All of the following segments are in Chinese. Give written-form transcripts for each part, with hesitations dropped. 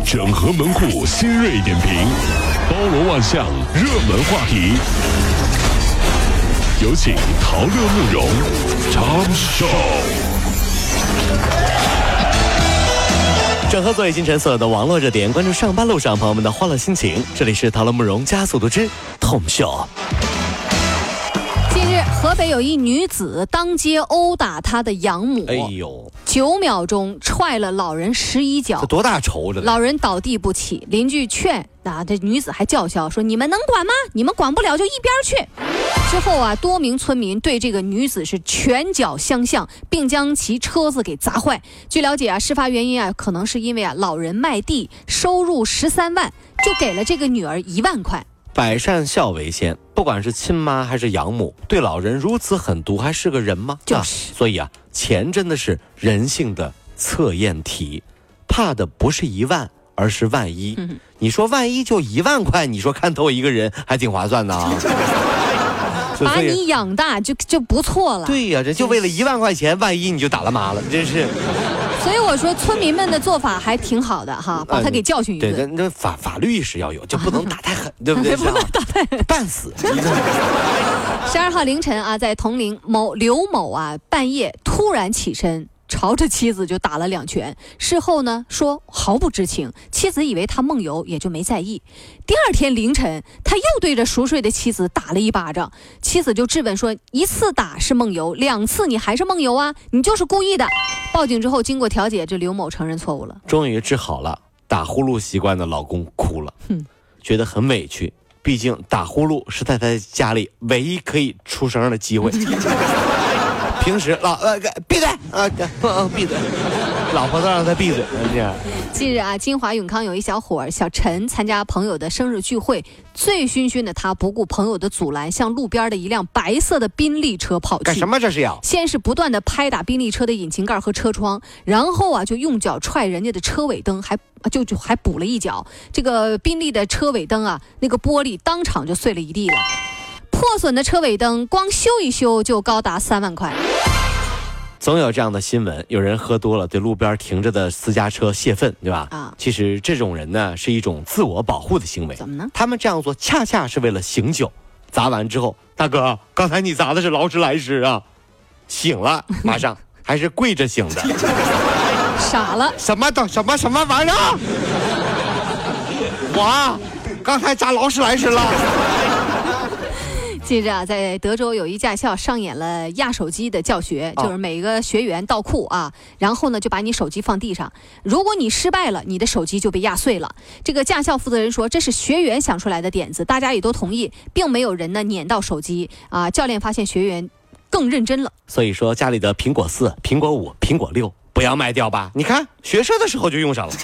整合门户新锐点评，包罗万象，热门话题。有请陶乐慕容长寿。 整合昨夜今晨所有的网络热点，关注上班路上朋友们的欢乐心情。这里是陶乐慕容加速度之痛秀。 近日，河北有一女子当街殴打她的养母，9秒钟踹了老人11脚， 这多大仇这？ 老人倒地不起，邻居劝这女子还叫嚣说：“你们能管吗？你们管不了就一边去。”之后多名村民对这个女子是拳脚相向，并将其车子给砸坏。据了解事发原因可能是因为老人卖地收入13万，就给了这个女儿1万块。 百善孝为先，不管是亲妈还是养母，对老人如此狠毒，还是个人吗？所以钱真的是人性的测验题，怕的不是1万，而是万一。你说万一就1万块，你说看透一个人还挺划算的啊。 把你养大就不错了。 对呀，这就为了1万块钱，万一你就打了妈了，真是。 所以我说村民们的做法还挺好的哈，把他给教训一顿。 对，那法律意识要有，就不能打太狠，对不对？ 不能打太狠， 半死。 12号凌晨在铜陵刘某半夜突然起身，朝着妻子就打了2拳。事后呢说毫不知情，妻子以为他梦游，也就没在意。第二天凌晨，他又对着熟睡的妻子打了1巴掌，妻子就质问说：1次打是梦游，2次你还是梦游啊？你就是故意的。报警之后，经过调解，这刘某承认错误了， 终于治好了。打呼噜习惯的老公哭了，觉得很委屈，毕竟打呼噜是在他家里唯一可以出声的机会。平时闭嘴闭嘴，老婆都让他闭嘴。 近日金华永康有一小伙小陈参加朋友的生日聚会，醉醺醺的他不顾朋友的阻拦，向路边的一辆白色的宾利车跑去。 干什么这是要？先是不断的拍打宾利车的引擎盖和车窗，然后就用脚踹人家的车尾灯，还补了一脚。这个宾利的车尾灯那个玻璃当场就碎了一地了。破损的车尾灯光修一修就高达3万块。 总有这样的新闻，有人喝多了对路边停着的私家车泄愤，对吧？其实这种人呢是一种自我保护的行为。 怎么呢？ 他们这样做恰恰是为了醒酒。砸完之后，大哥，刚才你砸的是劳斯莱斯啊！醒了，马上还是跪着醒的。 傻了？ 什么玩意儿？我刚才砸劳斯莱斯了。 近日在德州有一驾校上演了压手机的教学，就是每个学员倒库然后呢就把你手机放地上，如果你失败了，你的手机就被压碎了。这个驾校负责人说，这是学员想出来的点子，大家也都同意，并没有人呢撵到手机教练发现学员更认真了， 所以说家里的苹果4、苹果5、苹果6不要卖掉吧，你看学车的时候就用上了。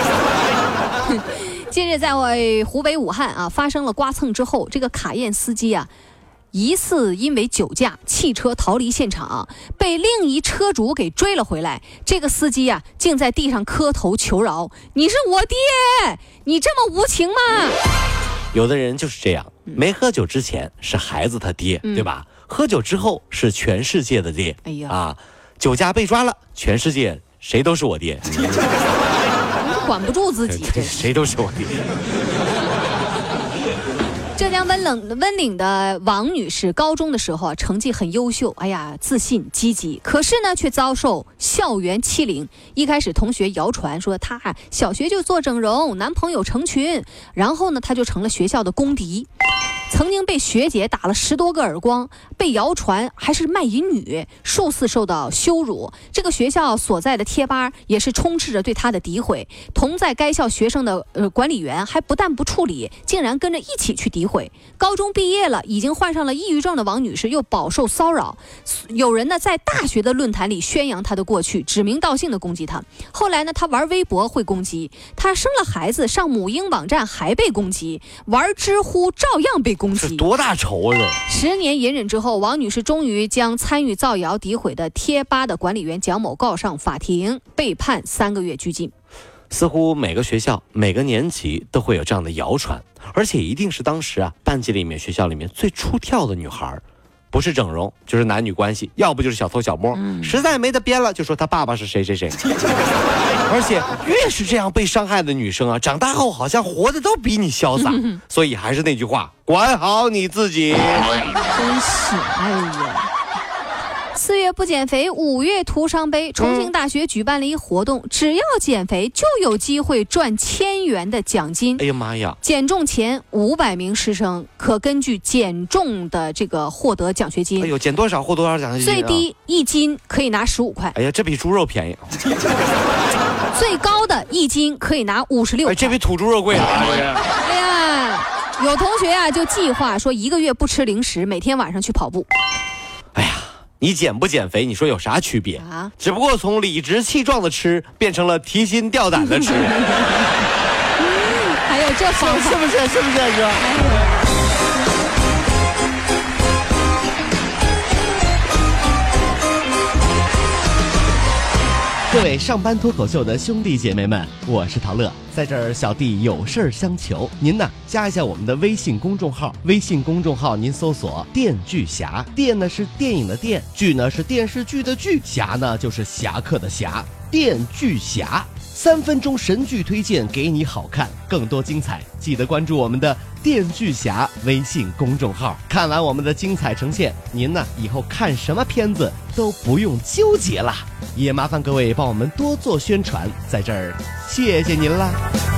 近日在湖北武汉发生了刮蹭之后，这个卡宴司机疑似因为酒驾，汽车逃离现场，被另一车主给追了回来。这个司机竟在地上磕头求饶：“你是我爹，你这么无情吗？” 有的人就是这样，没喝酒之前是孩子他爹，对吧？喝酒之后是全世界的爹。酒驾被抓了，全世界谁都是我爹。 管不住自己， 谁都是我爹。 浙江温岭的王女士高中的时候成绩很优秀，自信积极，可是呢却遭受校园欺凌。一开始同学谣传说她小学就做整容，男朋友成群，然后呢她就成了学校的公敌。曾经被学姐打了10多个耳光，被谣传还是卖淫女，数次受到羞辱。这个学校所在的贴吧也是充斥着对她的诋毁。同在该校学生的管理员还不但不处理，竟然跟着一起去诋毁。高中毕业了，已经患上了抑郁症的王女士又饱受骚扰，有人呢在大学的论坛里宣扬她的过去，指名道姓的攻击她。后来呢，她玩微博会攻击，她生了孩子上母婴网站还被攻击，玩知乎照样被攻击。 这多大仇啊 ！10年隐忍之后，王女士终于将参与造谣诋毁的贴吧的管理员蒋某告上法庭，被判3个月拘禁。 似乎每个学校每个年级都会有这样的谣传，而且一定是当时班级里面学校里面最出挑的女孩， 不是整容就是男女关系，要不就是小偷小摸，实在没得编了就说他爸爸是谁谁谁。而且越是这样被伤害的女生啊，长大后好像活得都比你潇洒。所以还是那句话，管好你自己。 真是，哎呀。4月不减肥，5月徒伤悲。重庆大学举办了一活动，只要减肥就有机会赚1000元的奖金。 哎呀妈呀！ 减重前500名师生可根据减重的这个获得奖学金。 哎呦，减多少获多少奖学金、啊？ 最低1斤可以拿15块。 哎呀，这比猪肉便宜。 最高的1斤可以拿56块。 哎，这比土猪肉贵啊！ 哎呀，有同学啊就计划说1个月不吃零食，每天晚上去跑步。 哎呀。你减不减肥，你说有啥区别啊？只不过从理直气壮的吃变成了提心吊胆的吃。 还有这方法， 是不是哥？ 各位上班脱口秀的兄弟姐妹们，我是陶乐，在这儿小弟有事儿相求，您呢加一下我们的微信公众号，微信公众号您搜索电锯侠，电呢是电影的电，剧呢是电视剧的剧，侠呢就是侠客的侠，电锯侠，3分钟神剧推荐给你好看，更多精彩记得关注我们的电锯侠微信公众号。看完我们的精彩呈现，您呢以后看什么片子都不用纠结啦，也麻烦各位帮我们多做宣传，在这儿谢谢您啦。